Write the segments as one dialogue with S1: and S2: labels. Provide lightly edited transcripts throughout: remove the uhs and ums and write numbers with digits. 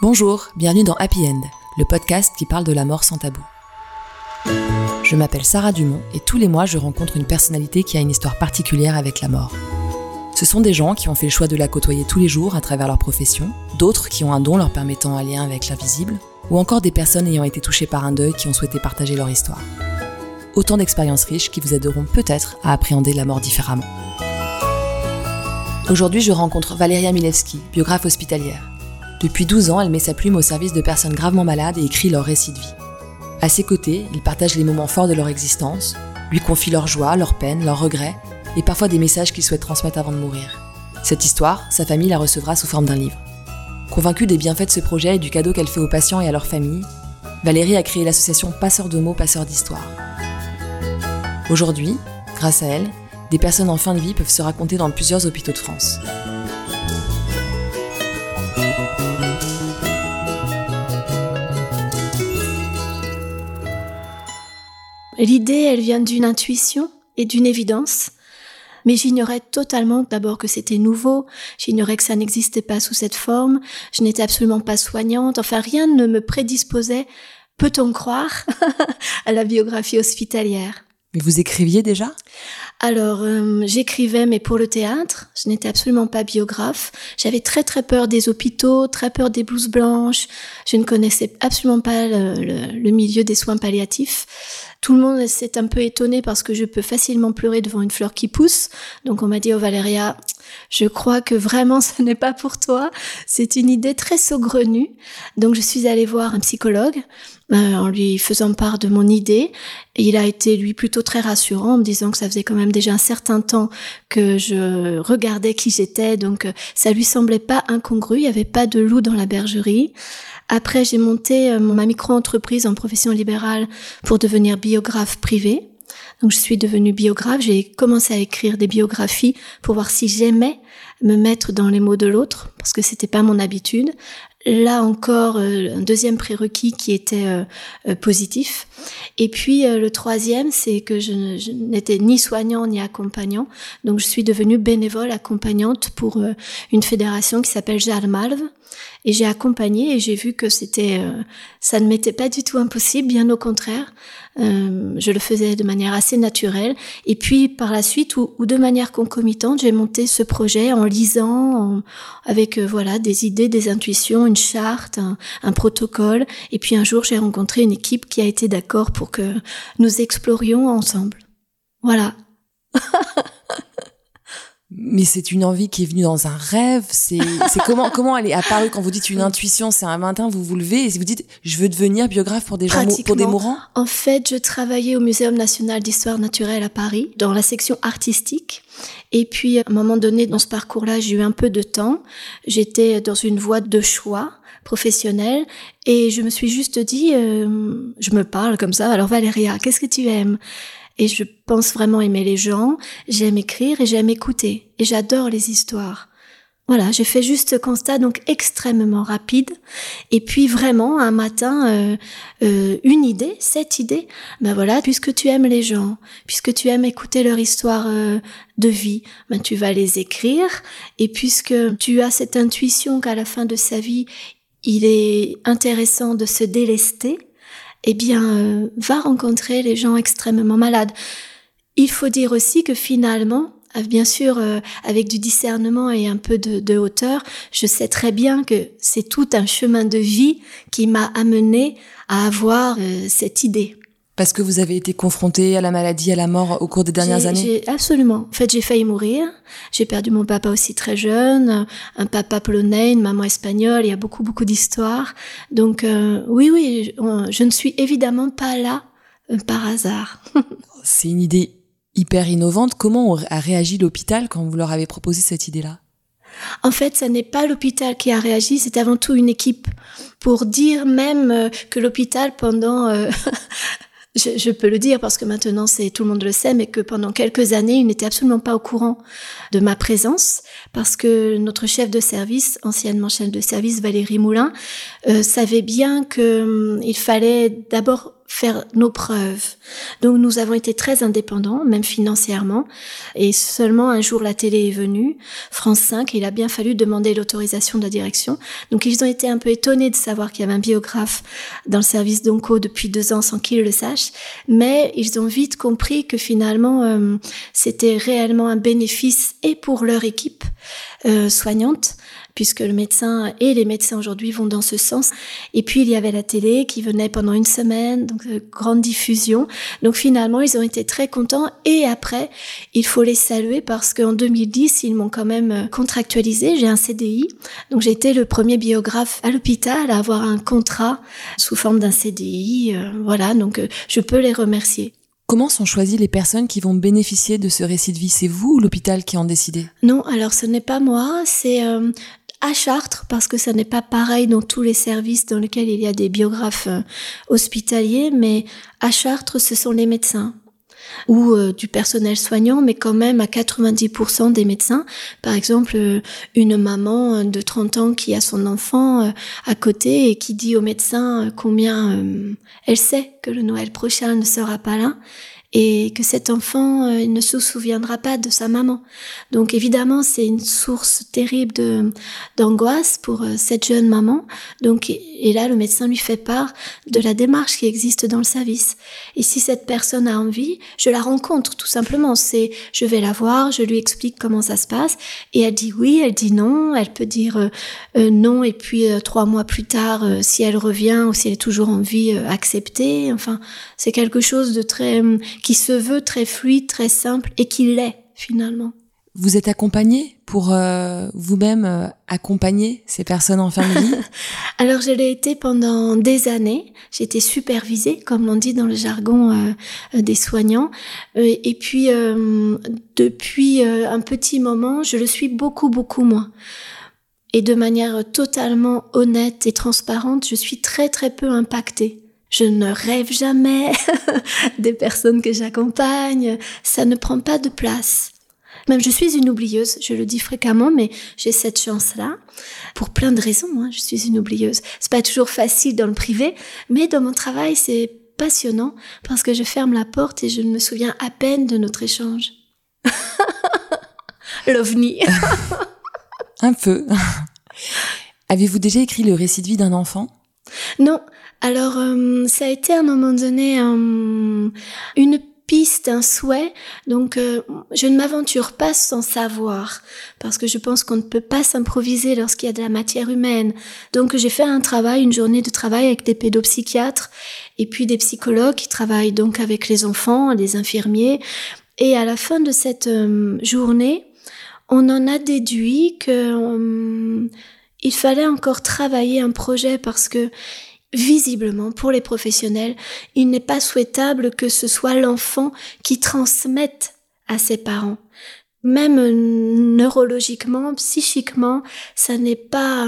S1: Bonjour, bienvenue dans Happy End, le podcast qui parle de la mort sans tabou. Je m'appelle Sarah Dumont et tous les mois je rencontre une personnalité qui a une histoire particulière avec la mort. Ce sont des gens qui ont fait le choix de la côtoyer tous les jours à travers leur profession, d'autres qui ont un don leur permettant un lien avec l'invisible, ou encore des personnes ayant été touchées par un deuil qui ont souhaité partager leur histoire. Autant d'expériences riches qui vous aideront peut-être à appréhender la mort différemment. Aujourd'hui, je rencontre Valeria Milewski, biographe hospitalière. Depuis 12 ans, elle met sa plume au service de personnes gravement malades et écrit leur récit de vie. À ses côtés, il partage les moments forts de leur existence, lui confie leurs joies, leurs peines, leurs regrets, et parfois des messages qu'il souhaite transmettre avant de mourir. Cette histoire, sa famille la recevra sous forme d'un livre. Convaincue des bienfaits de ce projet et du cadeau qu'elle fait aux patients et à leur famille, Valérie a créé l'association Passeurs de mots, Passeurs d'histoire. Aujourd'hui, grâce à elle, des personnes en fin de vie peuvent se raconter dans plusieurs hôpitaux de France.
S2: L'idée, elle vient d'une intuition et d'une évidence, mais j'ignorais totalement d'abord que c'était nouveau, j'ignorais que ça n'existait pas sous cette forme, je n'étais absolument pas soignante, enfin rien ne me prédisposait, peut-on croire, à la biographie hospitalière.
S1: Mais vous écriviez déjà ?
S2: Alors, j'écrivais, mais pour le théâtre, je n'étais absolument pas biographe. J'avais très très peur des hôpitaux, très peur des blouses blanches. Je ne connaissais absolument pas le milieu des soins palliatifs. Tout le monde s'est un peu étonné parce que je peux facilement pleurer devant une fleur qui pousse. Donc on m'a dit « Oh Valéria, je crois que vraiment ce n'est pas pour toi. C'est une idée très saugrenue. » Donc je suis allée voir un psychologue en lui faisant part de mon idée. Et il a été, lui, plutôt très rassurant en me disant que ça faisait quand même déjà un certain temps que je regardais qui j'étais. Donc ça lui semblait pas incongru, il n'y avait pas de loup dans la bergerie. Après, j'ai monté ma micro-entreprise en profession libérale pour devenir biographe privée. Donc, je suis devenue biographe. J'ai commencé à écrire des biographies pour voir si j'aimais me mettre dans les mots de l'autre, parce que c'était pas mon habitude. Là encore, un deuxième prérequis qui était positif. Et puis, le troisième, c'est que je n'étais ni soignant ni accompagnant. Donc, je suis devenue bénévole accompagnante pour une fédération qui s'appelle Jalmalv. Et j'ai accompagné et j'ai vu que ça ne m'était pas du tout impossible, bien au contraire. Je le faisais de manière assez naturelle. Et puis par la suite, ou de manière concomitante, j'ai monté ce projet en lisant, avec des idées, des intuitions, une charte, un protocole. Et puis un jour, j'ai rencontré une équipe qui a été d'accord pour que nous explorions ensemble. Voilà.
S1: Mais c'est une envie qui est venue dans un rêve. C'est comment elle est apparue quand vous dites une intuition. C'est un matin, vous vous levez et vous dites je veux devenir biographe pour des gens, pour des mourants.
S2: En fait, je travaillais au Muséum national d'histoire naturelle à Paris dans la section artistique. Et puis à un moment donné dans ce parcours-là, j'ai eu un peu de temps. J'étais dans une voie de choix professionnel et je me suis juste dit je me parle comme ça. Alors Valéria, qu'est-ce que tu aimes ? Et je pense vraiment aimer les gens, j'aime écrire et j'aime écouter. Et j'adore les histoires. Voilà, j'ai fait juste ce constat, donc extrêmement rapide. Et puis vraiment, un matin, cette idée, puisque tu aimes les gens, puisque tu aimes écouter leur histoire de vie, tu vas les écrire. Et puisque tu as cette intuition qu'à la fin de sa vie, il est intéressant de se délester, va rencontrer les gens extrêmement malades. Il faut dire aussi que finalement, bien sûr, avec du discernement et un peu de hauteur, je sais très bien que c'est tout un chemin de vie qui m'a amené à avoir cette idée.
S1: Parce que vous avez été confrontée à la maladie, à la mort au cours des dernières années ?
S2: Absolument. En fait, j'ai failli mourir. J'ai perdu mon papa aussi très jeune, un papa polonais, une maman espagnole. Il y a beaucoup, beaucoup d'histoires. Donc, oui, je ne suis évidemment pas là par hasard.
S1: C'est une idée hyper innovante. Comment a réagi l'hôpital quand vous leur avez proposé cette idée-là ?
S2: En fait, ça n'est pas l'hôpital qui a réagi, c'est avant tout une équipe. Pour dire même que l'hôpital, pendant... Je peux le dire parce que maintenant tout le monde le sait, mais que pendant quelques années, il n'était absolument pas au courant de ma présence parce que notre chef de service, anciennement chef de service Valérie Moulin, savait bien que il fallait d'abord faire nos preuves. Donc nous avons été très indépendants, même financièrement, et seulement un jour la télé est venue, France 5, et il a bien fallu demander l'autorisation de la direction. Donc ils ont été un peu étonnés de savoir qu'il y avait un biographe dans le service d'onco depuis 2 ans sans qu'ils le sachent, mais ils ont vite compris que finalement c'était réellement un bénéfice et pour leur équipe soignante, puisque le médecin et les médecins aujourd'hui vont dans ce sens. Et puis, il y avait la télé qui venait pendant 1 semaine, donc grande diffusion. Donc, finalement, ils ont été très contents. Et après, il faut les saluer parce qu'en 2010, ils m'ont quand même contractualisé. J'ai un CDI. Donc, j'ai été le premier biographe à l'hôpital à avoir un contrat sous forme d'un CDI. Voilà, donc je peux les remercier.
S1: Comment sont choisies les personnes qui vont bénéficier de ce récit de vie? C'est vous ou l'hôpital qui en décidez?
S2: Non, alors ce n'est pas moi, c'est à Chartres, parce que ça n'est pas pareil dans tous les services dans lesquels il y a des biographes hospitaliers, mais à Chartres, ce sont les médecins ou du personnel soignant, mais quand même à 90% des médecins. Par exemple, une maman de 30 ans qui a son enfant à côté et qui dit au médecin combien elle sait que le Noël prochain ne sera pas là et que cet enfant il ne se souviendra pas de sa maman. Donc évidemment, c'est une source terrible d'angoisse pour cette jeune maman. Donc et là, le médecin lui fait part de la démarche qui existe dans le service. Et si cette personne a envie, je la rencontre tout simplement. Je vais la voir, je lui explique comment ça se passe et elle dit oui, elle dit non, elle peut dire non et puis 3 mois plus tard, si elle revient ou si elle est toujours en vie, accepter. Enfin, c'est quelque chose de très qui se veut très fluide, très simple et qui l'est finalement.
S1: Vous êtes accompagnée pour vous-même accompagner ces personnes en fin de vie?
S2: Alors je l'ai été pendant des années. J'ai été supervisée, comme l'on dit dans le jargon des soignants. Et puis depuis un petit moment, je le suis beaucoup moins. Et de manière totalement honnête et transparente, je suis très très peu impactée. Je ne rêve jamais des personnes que j'accompagne. Ça ne prend pas de place. Même je suis une oublieuse, je le dis fréquemment, mais j'ai cette chance-là. Pour plein de raisons, je suis une oublieuse. C'est pas toujours facile dans le privé, mais dans mon travail, c'est passionnant parce que je ferme la porte et je me souviens à peine de notre échange. L'ovni.
S1: Un peu. Avez-vous déjà écrit le récit de vie d'un enfant?
S2: Non. Alors, ça a été à un moment donné une piste, un souhait. Donc, je ne m'aventure pas sans savoir, parce que je pense qu'on ne peut pas s'improviser lorsqu'il y a de la matière humaine. Donc, j'ai fait une journée de travail avec des pédopsychiatres et puis des psychologues qui travaillent donc avec les enfants, les infirmiers. Et à la fin de cette journée, on en a déduit que il fallait encore travailler un projet parce que visiblement, pour les professionnels, il n'est pas souhaitable que ce soit l'enfant qui transmette à ses parents. Même neurologiquement, psychiquement, ça n'est pas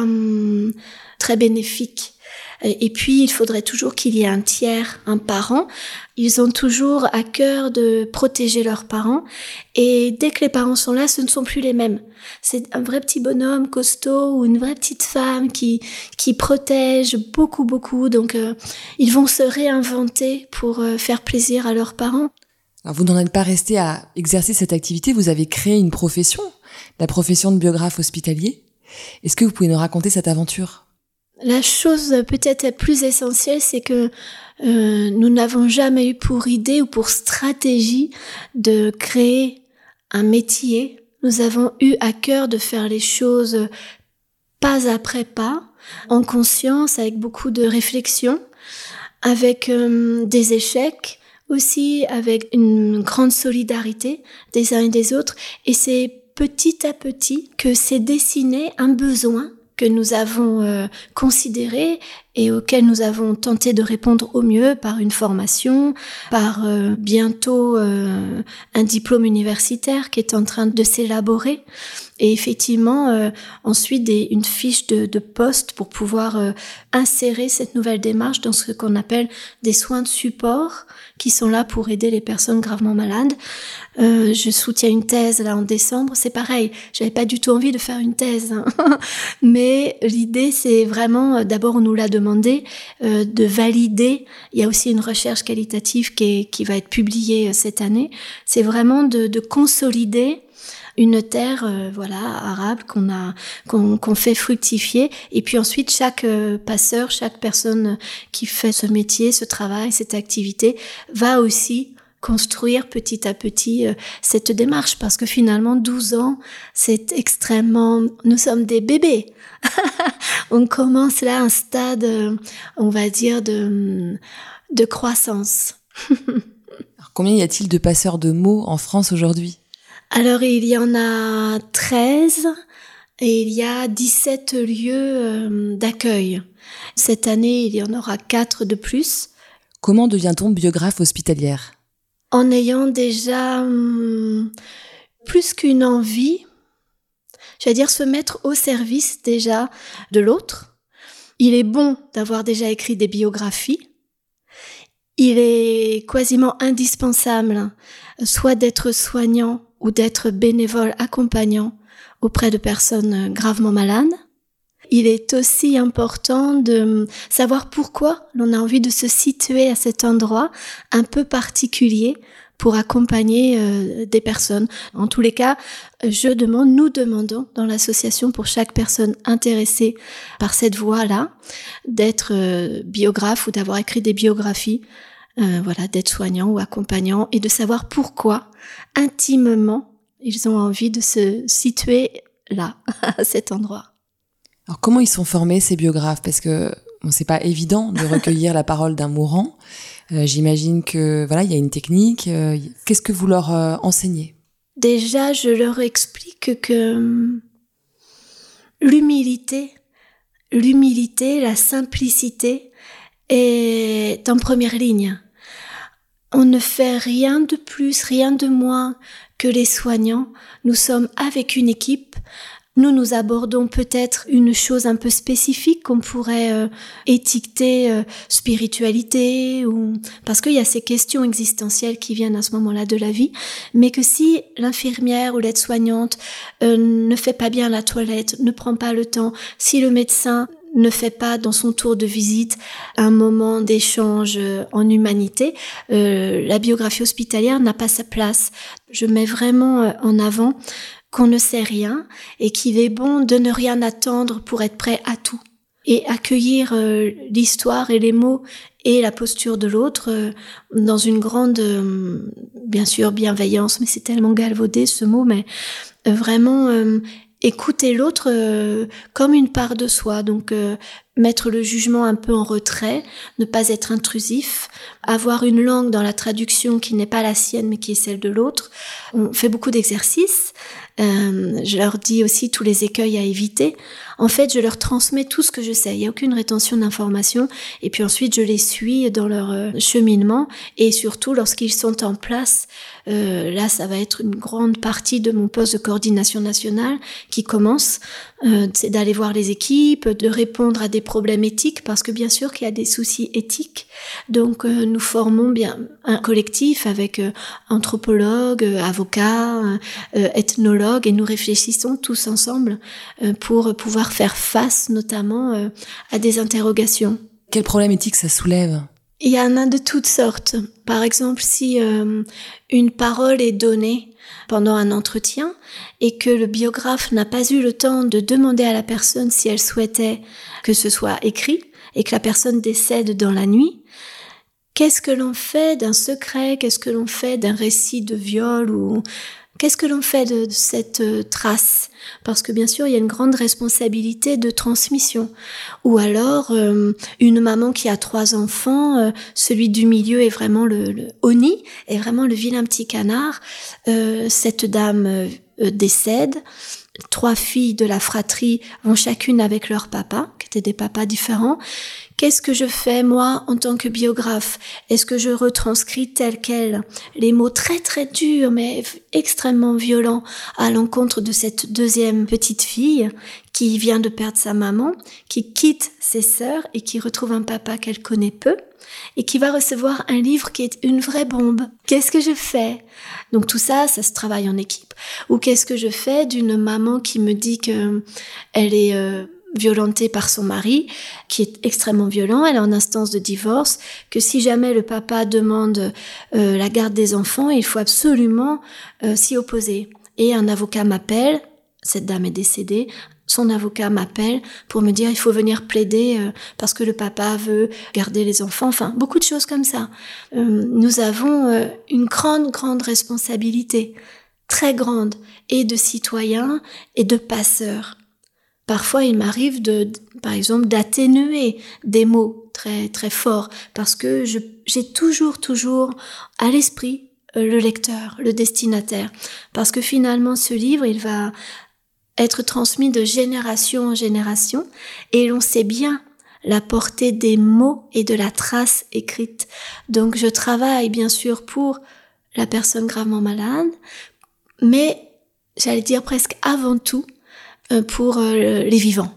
S2: très bénéfique. Et puis, il faudrait toujours qu'il y ait un tiers, un parent. Ils ont toujours à cœur de protéger leurs parents. Et dès que les parents sont là, ce ne sont plus les mêmes. C'est un vrai petit bonhomme costaud ou une vraie petite femme qui protège beaucoup. Donc, ils vont se réinventer pour faire plaisir à leurs parents.
S1: Alors, vous n'en êtes pas resté à exercer cette activité, vous avez créé une profession, la profession de biographe hospitalier. Est-ce que vous pouvez nous raconter cette aventure ?
S2: La chose peut-être la plus essentielle, c'est que nous n'avons jamais eu pour idée ou pour stratégie de créer un métier. Nous avons eu à cœur de faire les choses pas après pas, en conscience, avec beaucoup de réflexion, avec des échecs aussi, avec une grande solidarité des uns et des autres. Et c'est petit à petit que s'est dessiné un besoin que nous avons considéré et auquel nous avons tenté de répondre au mieux par une formation, par bientôt un diplôme universitaire qui est en train de s'élaborer et effectivement ensuite une fiche de poste pour pouvoir insérer cette nouvelle démarche dans ce qu'on appelle des soins de support qui sont là pour aider les personnes gravement malades. Je soutiens une thèse là en décembre, c'est pareil, j'avais pas du tout envie de faire une thèse, hein. Mais l'idée c'est vraiment, d'abord on nous l'a demandé, demandé de valider. Il y a aussi une recherche qualitative qui va être publiée cette année. C'est vraiment de consolider une terre arable qu'on fait fructifier, et puis ensuite chaque passeur, chaque personne qui fait ce métier, ce travail, cette activité va aussi construire petit à petit cette démarche, parce que finalement 12 ans, c'est extrêmement... Nous sommes des bébés. On commence là un stade, on va dire, de croissance.
S1: Alors, combien y a-t-il de passeurs de mots en France aujourd'hui ?
S2: Alors, il y en a 13 et il y a 17 lieux d'accueil. Cette année, il y en aura 4 de plus.
S1: Comment devient-on biographe hospitalière ?
S2: En ayant déjà plus qu'une envie, j'allais dire se mettre au service déjà de l'autre. Il est bon d'avoir déjà écrit des biographies. Il est quasiment indispensable soit d'être soignant ou d'être bénévole accompagnant auprès de personnes gravement malades. Il est aussi important de savoir pourquoi l'on a envie de se situer à cet endroit un peu particulier pour accompagner des personnes. En tous les cas, nous demandons dans l'association pour chaque personne intéressée par cette voie-là d'être biographe ou d'avoir écrit des biographies, d'être soignant ou accompagnant, et de savoir pourquoi intimement ils ont envie de se situer là, à cet endroit.
S1: Alors comment ils sont formés ces biographes ? Parce que c'est pas évident de recueillir la parole d'un mourant. J'imagine que il y a une technique. Qu'est-ce que vous leur enseignez ?
S2: Déjà, je leur explique que l'humilité, la simplicité est en première ligne. On ne fait rien de plus, rien de moins que les soignants. Nous sommes avec une équipe. Nous abordons peut-être une chose un peu spécifique qu'on pourrait étiqueter spiritualité, ou parce qu'il y a ces questions existentielles qui viennent à ce moment-là de la vie, mais que si l'infirmière ou l'aide-soignante ne fait pas bien la toilette, ne prend pas le temps, si le médecin ne fait pas dans son tour de visite un moment d'échange en humanité, la biographie hospitalière n'a pas sa place. Je mets vraiment en avant qu'on ne sait rien et qu'il est bon de ne rien attendre pour être prêt à tout et accueillir l'histoire et les mots et la posture de l'autre dans une grande, bien sûr, bienveillance, mais c'est tellement galvaudé ce mot, mais vraiment écouter l'autre comme une part de soi, donc mettre le jugement un peu en retrait, ne pas être intrusif, avoir une langue dans la traduction qui n'est pas la sienne mais qui est celle de l'autre. On fait beaucoup d'exercices. Je leur dis aussi tous les écueils à éviter. En fait, je leur transmets tout ce que je sais. Il n'y a aucune rétention d'informations. Et puis ensuite, je les suis dans leur cheminement. Et surtout, lorsqu'ils sont en place, là, ça va être une grande partie de mon poste de coordination nationale qui commence. C'est d'aller voir les équipes, de répondre à des problèmes éthiques, parce que bien sûr qu'il y a des soucis éthiques. Donc, nous formons bien un collectif avec anthropologues, avocats, ethnologues, et nous réfléchissons tous ensemble pour pouvoir faire face notamment à des interrogations.
S1: Quel problème éthique ça soulève ?
S2: Il y en a de toutes sortes. Par exemple, si une parole est donnée pendant un entretien et que le biographe n'a pas eu le temps de demander à la personne si elle souhaitait que ce soit écrit et que la personne décède dans la nuit, qu'est-ce que l'on fait d'un secret ? Qu'est-ce que l'on fait d'un récit de viol ? Ou qu'est-ce que l'on fait de cette trace ? Parce que bien sûr, il y a une grande responsabilité de transmission. Ou alors, une maman qui a 3 enfants, celui du milieu est vraiment le Oni, est vraiment le vilain petit canard. Cette dame décède. 3 filles de la fratrie vont chacune avec leur papa, qui étaient des papas différents. Qu'est-ce que je fais, moi, en tant que biographe ? Est-ce que je retranscris tel quel les mots très très durs, mais extrêmement violents à l'encontre de cette deuxième petite fille qui vient de perdre sa maman, qui quitte ses sœurs et qui retrouve un papa qu'elle connaît peu et qui va recevoir un livre qui est une vraie bombe. Qu'est-ce que je fais ? Donc tout ça, ça se travaille en équipe. Ou qu'est-ce que je fais d'une maman qui me dit que elle est violentée par son mari, qui est extrêmement violent. Elle est en instance de divorce, que si jamais le papa demande la garde des enfants, il faut absolument s'y opposer. Et un avocat m'appelle, cette dame est décédée, son avocat m'appelle pour me dire il faut venir plaider parce que le papa veut garder les enfants, enfin beaucoup de choses comme ça. Nous avons une grande responsabilité, très grande, et de citoyens et de passeurs. Parfois, il m'arrive par exemple, d'atténuer des mots très, très forts parce que j'ai toujours à l'esprit le lecteur, le destinataire. Parce que finalement, ce livre, il va être transmis de génération en génération et l'on sait bien la portée des mots et de la trace écrite. Donc, je travaille bien sûr pour la personne gravement malade, mais j'allais dire presque avant tout pour les vivants,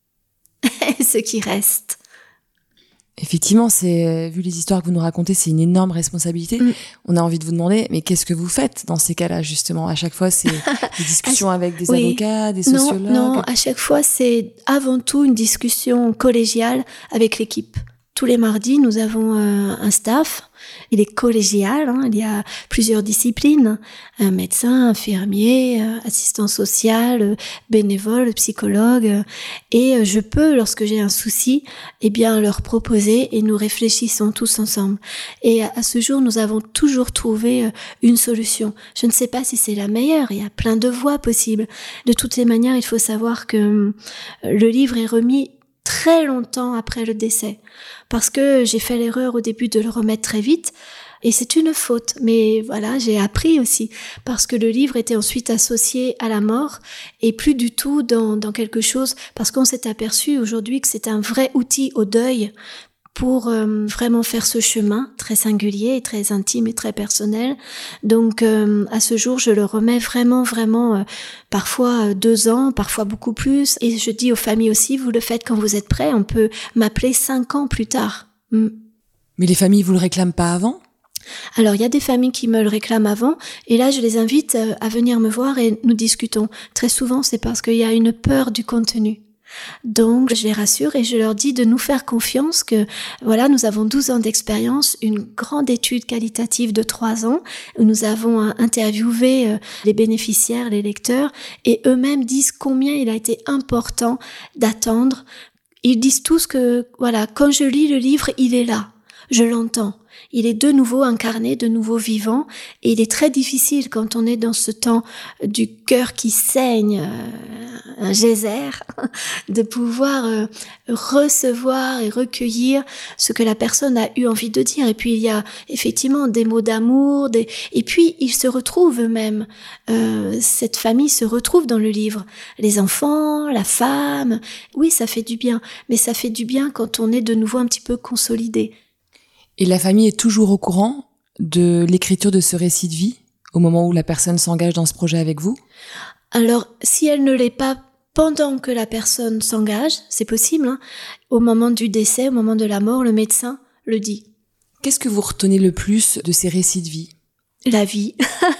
S2: ceux qui restent.
S1: Effectivement, vu les histoires que vous nous racontez, c'est une énorme responsabilité. On a envie de vous demander, mais qu'est-ce que vous faites dans ces cas-là, justement? À chaque fois, c'est des discussions avec des avocats, des sociologues?
S2: Non, à chaque fois, c'est avant tout une discussion collégiale avec l'équipe. Tous les mardis, nous avons un staff. Il est collégial, il y a plusieurs disciplines, un médecin, infirmier, assistant social, bénévole, psychologue, et je peux, lorsque j'ai un souci, leur proposer et nous réfléchissons tous ensemble. Et à ce jour, nous avons toujours trouvé une solution. Je ne sais pas si c'est la meilleure, il y a plein de voies possibles. De toutes les manières, il faut savoir que le livre est remis très longtemps après le décès, parce que j'ai fait l'erreur au début de le remettre très vite, et c'est une faute, mais voilà, j'ai appris aussi, parce que le livre était ensuite associé à la mort, et plus du tout dans quelque chose, parce qu'on s'est aperçu aujourd'hui que c'est un vrai outil au deuil, pour vraiment faire ce chemin très singulier et très intime et très personnel. Donc à ce jour, je le remets vraiment parfois 2 ans, parfois beaucoup plus. Et je dis aux familles aussi, vous le faites quand vous êtes prêts, on peut m'appeler 5 ans plus tard.
S1: Mais les familles vous le réclament pas avant ?
S2: Alors, il y a des familles qui me le réclament avant, et là, je les invite à venir me voir et nous discutons. Très souvent, c'est parce qu'il y a une peur du contenu. Donc, je les rassure et je leur dis de nous faire confiance que, voilà, nous avons 12 ans d'expérience, une grande étude qualitative de 3 ans, où nous avons interviewé les bénéficiaires, les lecteurs, et eux-mêmes disent combien il a été important d'attendre. Ils disent tous que, voilà, quand je lis le livre, il est là, je l'entends. Il est de nouveau incarné, de nouveau vivant, et il est très difficile quand on est dans ce temps du cœur qui saigne, un geyser, de pouvoir recevoir et recueillir ce que la personne a eu envie de dire. Et puis il y a effectivement des mots d'amour, et puis ils se retrouvent eux-mêmes. Cette famille se retrouve dans le livre. Les enfants, la femme, oui, ça fait du bien, mais ça fait du bien quand on est de nouveau un petit peu consolidé.
S1: Et la famille est toujours au courant de l'écriture de ce récit de vie au moment où la personne s'engage dans ce projet avec vous ?
S2: Alors, si elle ne l'est pas pendant que la personne s'engage, c'est possible, au moment du décès, au moment de la mort, le médecin le dit.
S1: Qu'est-ce que vous retenez le plus de ces récits de vie ?
S2: La vie.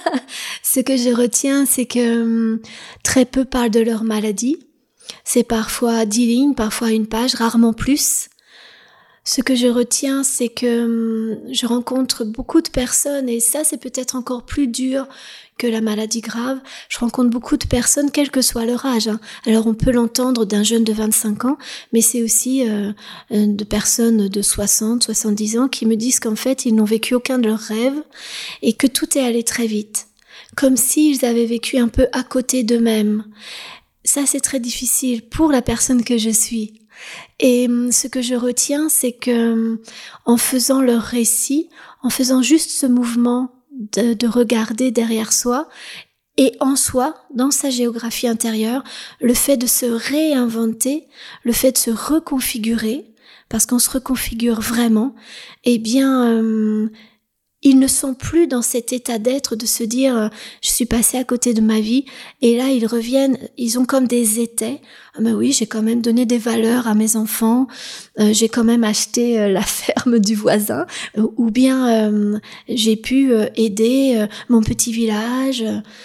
S2: Ce que je retiens, c'est que très peu parlent de leur maladie. C'est parfois 10 lignes, parfois 1 page, rarement plus. Ce que je retiens, c'est que je rencontre beaucoup de personnes, et ça, c'est peut-être encore plus dur que la maladie grave. Je rencontre beaucoup de personnes, quel que soit leur âge. Alors, on peut l'entendre d'un jeune de 25 ans, mais c'est aussi de personnes de 60, 70 ans qui me disent qu'en fait, ils n'ont vécu aucun de leurs rêves et que tout est allé très vite. Comme s'ils avaient vécu un peu à côté d'eux-mêmes. Ça, c'est très difficile pour la personne que je suis. Et ce que je retiens, c'est que en faisant leur récit, en faisant juste ce mouvement de regarder derrière soi et en soi, dans sa géographie intérieure, le fait de se réinventer, le fait de se reconfigurer, parce qu'on se reconfigure vraiment, eh bien, ils ne sont plus dans cet état d'être de se dire je suis passé à côté de ma vie, et là ils reviennent, ils ont comme des étais. Ah ben oui, j'ai quand même donné des valeurs à mes enfants, j'ai quand même acheté la ferme du voisin, ou bien j'ai pu aider mon petit village.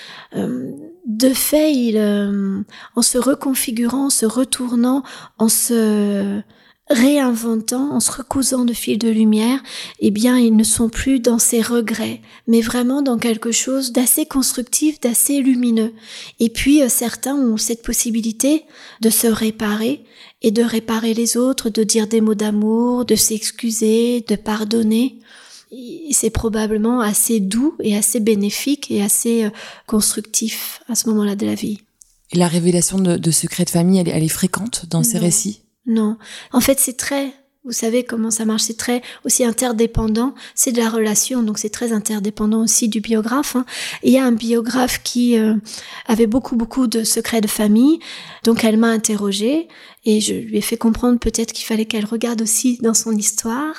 S2: De fait, en se reconfigurant, en se retournant, en se réinventant, en se recousant de fils de lumière, eh bien, ils ne sont plus dans ces regrets, mais vraiment dans quelque chose d'assez constructif, d'assez lumineux. Et puis, certains ont cette possibilité de se réparer et de réparer les autres, de dire des mots d'amour, de s'excuser, de pardonner. Et c'est probablement assez doux et assez bénéfique et assez constructif à ce moment-là de la vie.
S1: Et la révélation de secrets de famille, elle est fréquente dans ces récits ?
S2: Non. En fait, vous savez comment ça marche, c'est très aussi interdépendant, c'est de la relation, donc c'est très interdépendant aussi du biographe. Et il y a un biographe qui avait beaucoup de secrets de famille, donc elle m'a interrogée et je lui ai fait comprendre peut-être qu'il fallait qu'elle regarde aussi dans son histoire.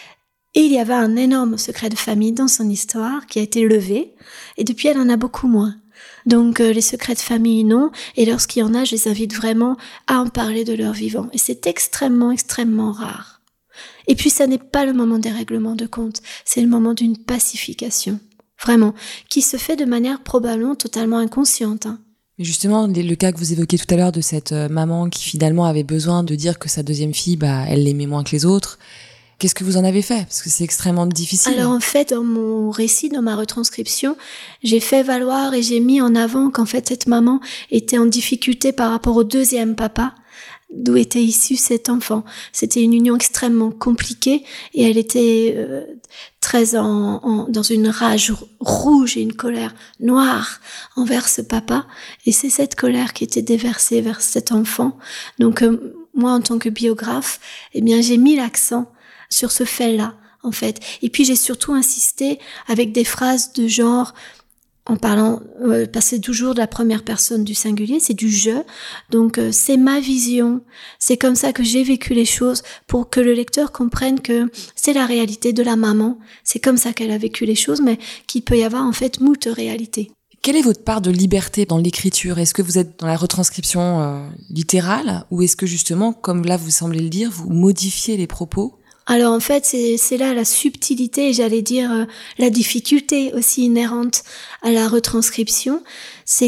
S2: Et il y avait un énorme secret de famille dans son histoire qui a été levé, et depuis elle en a beaucoup moins. Donc les secrets de famille, non. Et lorsqu'il y en a, je les invite vraiment à en parler de leur vivant. Et c'est extrêmement rare. Et puis ça n'est pas le moment des règlements de compte, c'est le moment d'une pacification. Vraiment. Qui se fait de manière probablement totalement inconsciente.
S1: Mais justement, le cas que vous évoquiez tout à l'heure de cette maman qui finalement avait besoin de dire que sa deuxième fille, elle l'aimait moins que les autres. Qu'est-ce que vous en avez fait ? Parce que c'est extrêmement difficile.
S2: Alors en fait, dans mon récit, dans ma retranscription, j'ai fait valoir et j'ai mis en avant qu'en fait cette maman était en difficulté par rapport au deuxième papa, d'où était issu cet enfant. C'était une union extrêmement compliquée et elle était très dans une rage rouge et une colère noire envers ce papa. Et c'est cette colère qui était déversée vers cet enfant. Donc moi, en tant que biographe, eh bien j'ai mis l'accent sur ce fait-là, en fait. Et puis, j'ai surtout insisté avec des phrases de genre, en parlant, parce que c'est toujours de la première personne du singulier, c'est du « je ». Donc, c'est ma vision. C'est comme ça que j'ai vécu les choses pour que le lecteur comprenne que c'est la réalité de la maman. C'est comme ça qu'elle a vécu les choses, mais qu'il peut y avoir, en fait, moult réalités.
S1: Quelle est votre part de liberté dans l'écriture ? Est-ce que vous êtes dans la retranscription littérale ou est-ce que justement, comme là vous semblez le dire, vous modifiez les propos ?
S2: Alors en fait, c'est là la subtilité et j'allais dire la difficulté aussi inhérente à la retranscription, c'est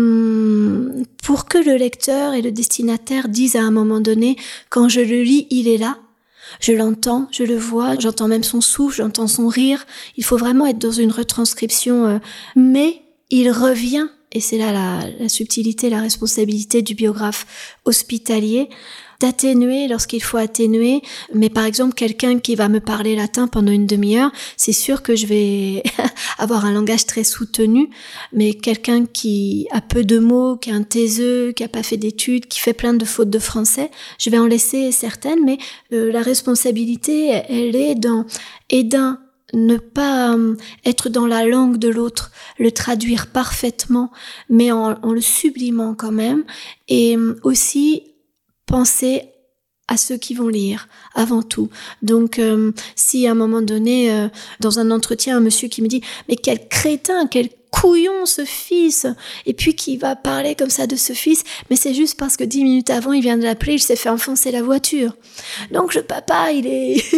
S2: que pour que le lecteur et le destinataire disent à un moment donné, quand je le lis, il est là, je l'entends, je le vois, j'entends même son souffle, j'entends son rire, il faut vraiment être dans une retranscription, mais il revient, et c'est là la subtilité, la responsabilité du biographe hospitalier, d'atténuer lorsqu'il faut atténuer, mais par exemple quelqu'un qui va me parler latin pendant une demi-heure, c'est sûr que je vais avoir un langage très soutenu, mais quelqu'un qui a peu de mots, qui est un taiseux, qui a pas fait d'études, qui fait plein de fautes de français, je vais en laisser certaines, mais la responsabilité, elle est dans ne pas être dans la langue de l'autre, le traduire parfaitement, mais en le sublimant quand même, et aussi penser à ceux qui vont lire, avant tout. Donc, si à un moment donné, dans un entretien, un monsieur qui me dit « Mais quel crétin, quel couillon ce fils !» et puis qui va parler comme ça de ce fils, mais c'est juste parce que 10 minutes avant, il vient de l'appeler, il s'est fait enfoncer la voiture. Donc le papa, il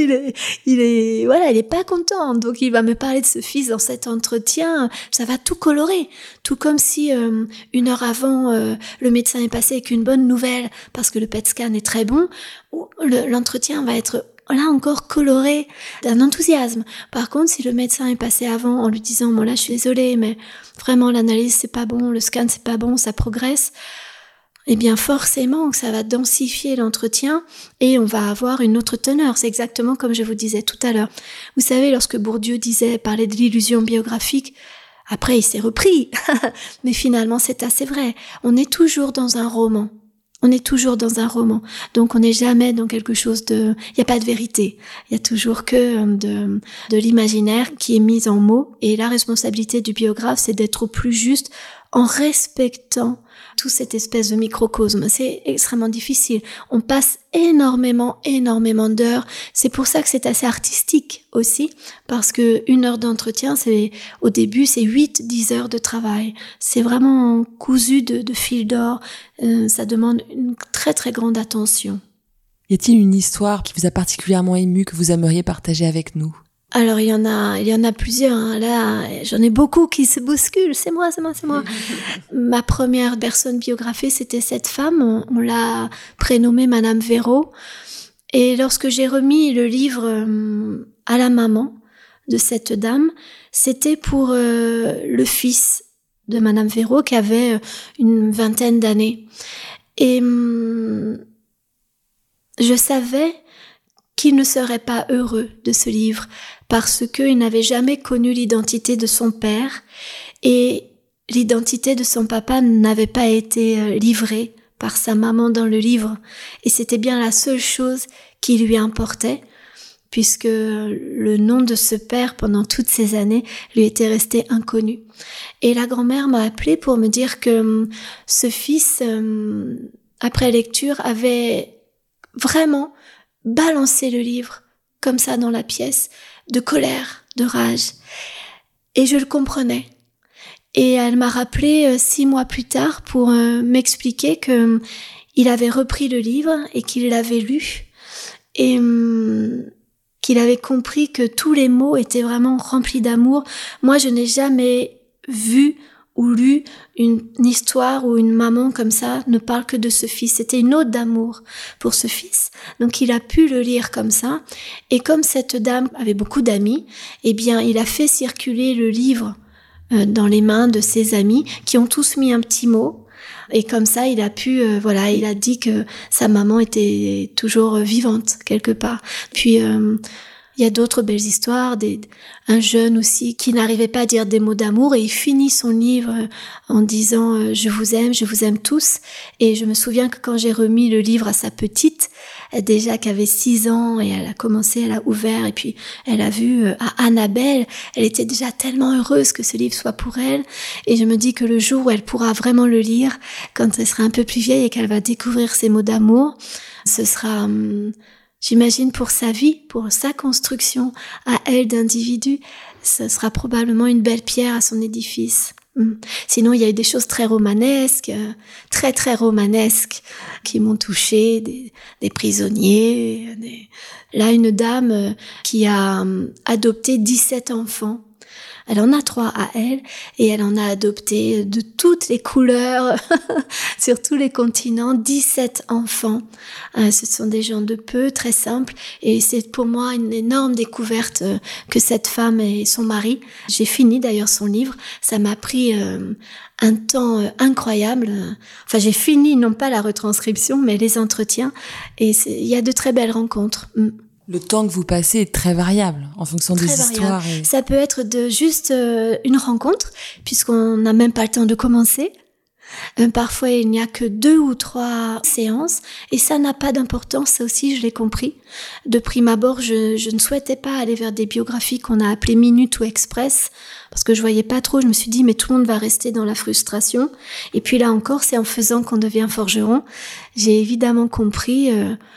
S2: est pas content. Donc il va me parler de ce fils dans cet entretien, ça va tout colorer. Tout comme si une heure avant, le médecin est passé avec une bonne nouvelle, parce que le PET scan est très bon, l'entretien va être là encore coloré d'un enthousiasme. Par contre, si le médecin est passé avant en lui disant « Bon là, je suis désolée, mais vraiment l'analyse c'est pas bon, le scan c'est pas bon, ça progresse », eh bien forcément que ça va densifier l'entretien et on va avoir une autre teneur. C'est exactement comme je vous disais tout à l'heure. Vous savez, lorsque Bourdieu parlait de l'illusion biographique, après il s'est repris, mais finalement c'est assez vrai. On est toujours dans un roman. On est toujours dans un roman, donc on n'est jamais dans quelque chose de... Il n'y a pas de vérité, il y a toujours que de l'imaginaire qui est mis en mots, et la responsabilité du biographe, c'est d'être au plus juste en respectant tout cette espèce de microcosme. C'est extrêmement difficile. On passe énormément d'heures. C'est pour ça que c'est assez artistique aussi, parce que 1 heure d'entretien, au début, c'est 8-10 heures de travail. C'est vraiment cousu de fil d'or. Ça demande une très très grande attention.
S1: Y a-t-il une histoire qui vous a particulièrement ému que vous aimeriez partager avec nous ?
S2: Alors, il y en a plusieurs, hein. Là, j'en ai beaucoup qui se bousculent. C'est moi. Ma première personne biographiée, c'était cette femme. On l'a prénommée Madame Véraud. Et lorsque j'ai remis le livre à la maman de cette dame, c'était pour le fils de Madame Véraud qui avait une 20aine d'années. Et je savais qu'il ne serait pas heureux de ce livre parce qu'il n'avait jamais connu l'identité de son père et l'identité de son papa n'avait pas été livrée par sa maman dans le livre. Et c'était bien la seule chose qui lui importait puisque le nom de ce père pendant toutes ces années lui était resté inconnu. Et la grand-mère m'a appelée pour me dire que ce fils, après lecture, avait vraiment balancer le livre comme ça dans la pièce, de colère, de rage. Et je le comprenais. Et elle m'a rappelé 6 mois plus tard pour m'expliquer que il avait repris le livre et qu'il l'avait lu et qu'il avait compris que tous les mots étaient vraiment remplis d'amour. Moi, je n'ai jamais vu ou lu une histoire où une maman comme ça ne parle que de ce fils. C'était une ode d'amour pour ce fils. Donc il a pu le lire comme ça. Et comme cette dame avait beaucoup d'amis, eh bien il a fait circuler le livre dans les mains de ses amis qui ont tous mis un petit mot. Et comme ça, il a pu, il a dit que sa maman était toujours vivante quelque part. Puis il y a d'autres belles histoires, un jeune aussi qui n'arrivait pas à dire des mots d'amour et il finit son livre en disant je vous aime tous. Et je me souviens que quand j'ai remis le livre à sa petite, déjà qui avait 6 ans et elle a ouvert et puis elle a vu à Annabelle, elle était déjà tellement heureuse que ce livre soit pour elle. Et je me dis que le jour où elle pourra vraiment le lire, quand elle sera un peu plus vieille et qu'elle va découvrir ces mots d'amour, ce sera... J'imagine pour sa vie, pour sa construction à elle d'individu, ce sera probablement une belle pierre à son édifice. Sinon, il y a eu des choses très romanesques, très très romanesques, qui m'ont touchée, des prisonniers. Là, une dame qui a adopté 17 enfants. Elle en a 3 à elle et elle en a adopté de toutes les couleurs sur tous les continents, 17 enfants. Ce sont des gens de peu, très simples et c'est pour moi une énorme découverte que cette femme et son mari. J'ai fini d'ailleurs son livre, ça m'a pris un temps incroyable. Enfin, j'ai fini non pas la retranscription mais les entretiens et il y a de très belles rencontres.
S1: Le temps que vous passez est très variable en fonction des histoires. Et...
S2: Ça peut être de juste une rencontre, puisqu'on n'a même pas le temps de commencer. Parfois, il n'y a que 2 ou 3 séances, et ça n'a pas d'importance, ça aussi, je l'ai compris. De prime abord, je ne souhaitais pas aller vers des biographies qu'on a appelées minutes ou express, parce que je voyais pas trop, je me suis dit, mais tout le monde va rester dans la frustration. Et puis là encore, c'est en faisant qu'on devient forgeron. J'ai évidemment compris...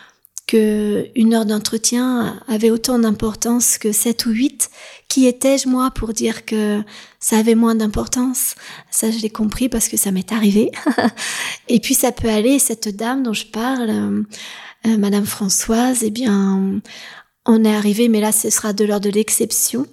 S2: que 1 heure d'entretien avait autant d'importance que 7 ou 8. Qui étais-je, moi, pour dire que ça avait moins d'importance? Ça, je l'ai compris parce que ça m'est arrivé. Et puis, ça peut aller, cette dame dont je parle, Madame Françoise, eh bien, on est arrivé, mais là, ce sera de l'ordre de l'exception.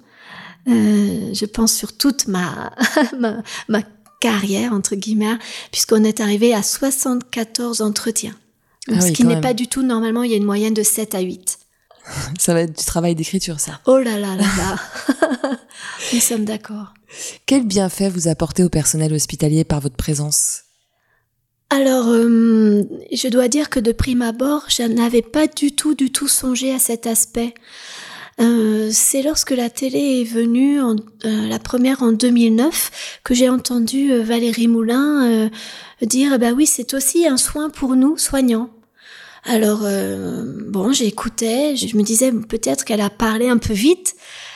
S2: Je pense sur toute ma carrière, entre guillemets, puisqu'on est arrivé à 74 entretiens. Ce qui n'est pas du tout, normalement, il y a une moyenne de 7 à 8.
S1: Ça va être du travail d'écriture, ça.
S2: Oh là là là là. Nous sommes d'accord.
S1: Quel bienfait vous apportez au personnel hospitalier par votre présence ?
S2: Alors, je dois dire que de prime abord, je n'avais pas du tout songé à cet aspect. C'est lorsque la télé est venue, la première en 2009, que j'ai entendu Valérie Moulin dire bah oui, c'est aussi un soin pour nous, soignants. Alors, j'écoutais, je me disais peut-être qu'elle a parlé un peu vite,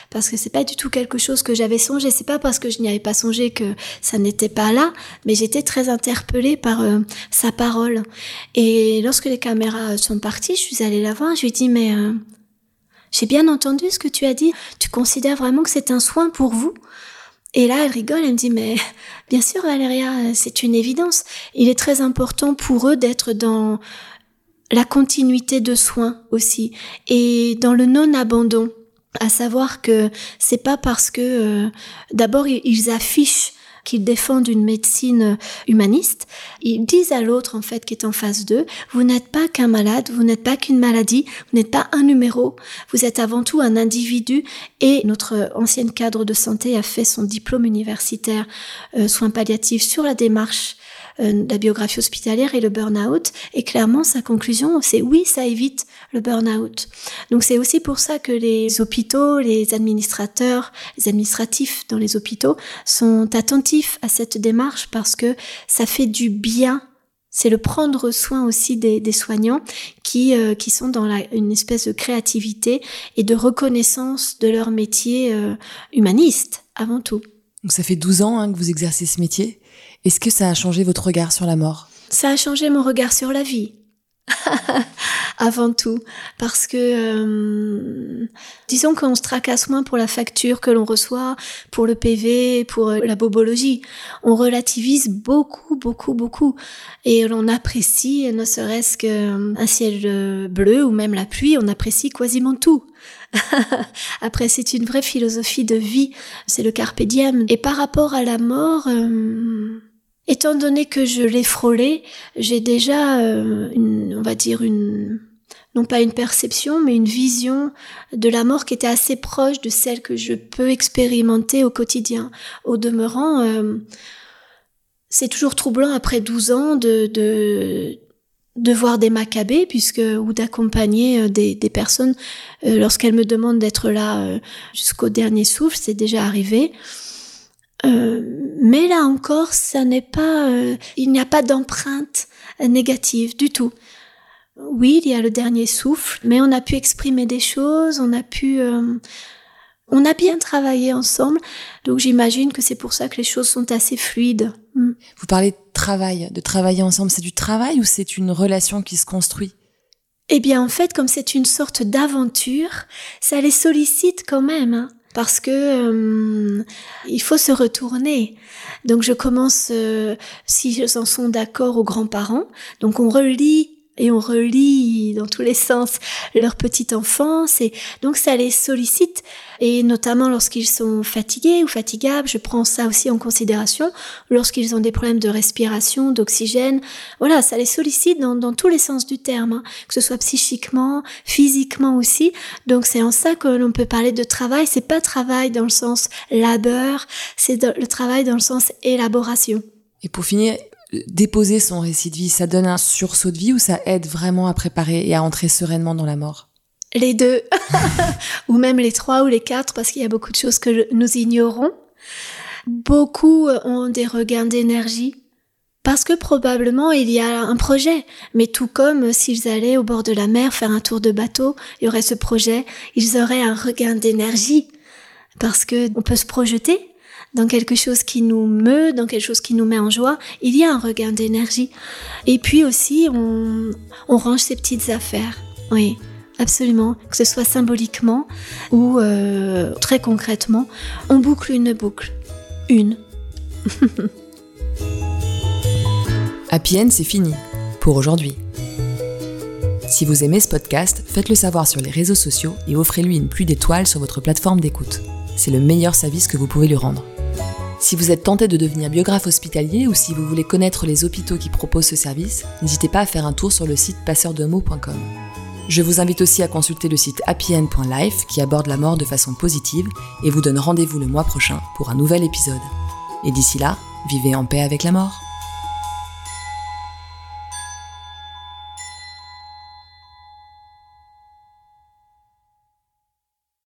S2: parce que c'est pas du tout quelque chose que j'avais songé. C'est pas parce que je n'y avais pas songé que ça n'était pas là, mais j'étais très interpellée par sa parole. Et lorsque les caméras sont parties, je suis allée la voir, je lui ai dit, mais j'ai bien entendu ce que tu as dit. Tu considères vraiment que c'est un soin pour vous ? Et là, elle rigole, elle me dit, mais bien sûr, Valéria, c'est une évidence. Il est très important pour eux d'être dans la continuité de soins aussi et dans le non-abandon. À savoir que c'est pas parce que, d'abord, ils affichent qu'ils défendent une médecine humaniste, ils disent à l'autre, en fait, qui est en face d'eux, vous n'êtes pas qu'un malade, vous n'êtes pas qu'une maladie, vous n'êtes pas un numéro, vous êtes avant tout un individu. Et notre ancienne cadre de santé a fait son diplôme universitaire soins palliatifs sur la démarche de la biographie hospitalière et le burn-out. Et clairement, sa conclusion, c'est oui, ça évite le burn-out. Donc c'est aussi pour ça que les hôpitaux, les administrateurs, les administratifs dans les hôpitaux sont attentifs à cette démarche parce que ça fait du bien. C'est le prendre soin aussi des soignants qui sont dans une espèce de créativité et de reconnaissance de leur métier humaniste, avant tout.
S1: Donc ça fait 12 ans que vous exercez ce métier. Est-ce que ça a changé votre regard sur la mort ?
S2: Ça a changé mon regard sur la vie. Avant tout, parce que disons qu'on se tracasse moins pour la facture que l'on reçoit, pour le PV, pour la bobologie. On relativise beaucoup, et l'on apprécie, ne serait-ce qu'un ciel bleu ou même la pluie, on apprécie quasiment tout. Après, c'est une vraie philosophie de vie, c'est le carpe diem. Et par rapport à la mort, étant donné que je l'ai frôlé, j'ai déjà non pas une perception, mais une vision de la mort qui était assez proche de celle que je peux expérimenter au quotidien. Au demeurant, c'est toujours troublant après 12 ans de voir des macabées, ou d'accompagner des personnes lorsqu'elles me demandent d'être là jusqu'au dernier souffle, c'est déjà arrivé. Mais là encore, il n'y a pas d'empreinte négative du tout. Oui, il y a le dernier souffle, mais on a pu exprimer des choses, on a bien travaillé ensemble, donc j'imagine que c'est pour ça que les choses sont assez fluides.
S1: Vous parlez de travailler ensemble, c'est du travail ou c'est une relation qui se construit ?
S2: Eh bien, en fait, comme c'est une sorte d'aventure, ça les sollicite quand même, parce que il faut se retourner. Donc je commence, si ils en sont d'accord, aux grands-parents. Donc on relit dans tous les sens leur petite enfance, et donc ça les sollicite, et notamment lorsqu'ils sont fatigués ou fatigables, je prends ça aussi en considération, lorsqu'ils ont des problèmes de respiration, d'oxygène, voilà, ça les sollicite dans tous les sens du terme, que ce soit psychiquement, physiquement aussi. Donc c'est en ça que l'on peut parler de travail. C'est pas travail dans le sens labeur, c'est le travail dans le sens élaboration.
S1: Et pour finir, déposer son récit de vie, ça donne un sursaut de vie ou ça aide vraiment à préparer et à entrer sereinement dans la mort ?
S2: Les deux, ou même les 3 ou les 4, parce qu'il y a beaucoup de choses que nous ignorons. Beaucoup ont des regains d'énergie, parce que probablement il y a un projet. Mais tout comme s'ils allaient au bord de la mer faire un tour de bateau, il y aurait ce projet, ils auraient un regain d'énergie, parce que on peut se projeter dans quelque chose qui nous meut, dans quelque chose qui nous met en joie, il y a un regain d'énergie. Et puis aussi, on range ses petites affaires. Oui, absolument. Que ce soit symboliquement ou très concrètement, on boucle une boucle. Une.
S1: Happy End, c'est fini. Pour aujourd'hui. Si vous aimez ce podcast, faites-le savoir sur les réseaux sociaux et offrez-lui une pluie d'étoiles sur votre plateforme d'écoute. C'est le meilleur service que vous pouvez lui rendre. Si vous êtes tenté de devenir biographe hospitalier ou si vous voulez connaître les hôpitaux qui proposent ce service, n'hésitez pas à faire un tour sur le site passeurdemot.com. Je vous invite aussi à consulter le site happyend.life qui aborde la mort de façon positive et vous donne rendez-vous le mois prochain pour un nouvel épisode. Et d'ici là, vivez en paix avec la mort.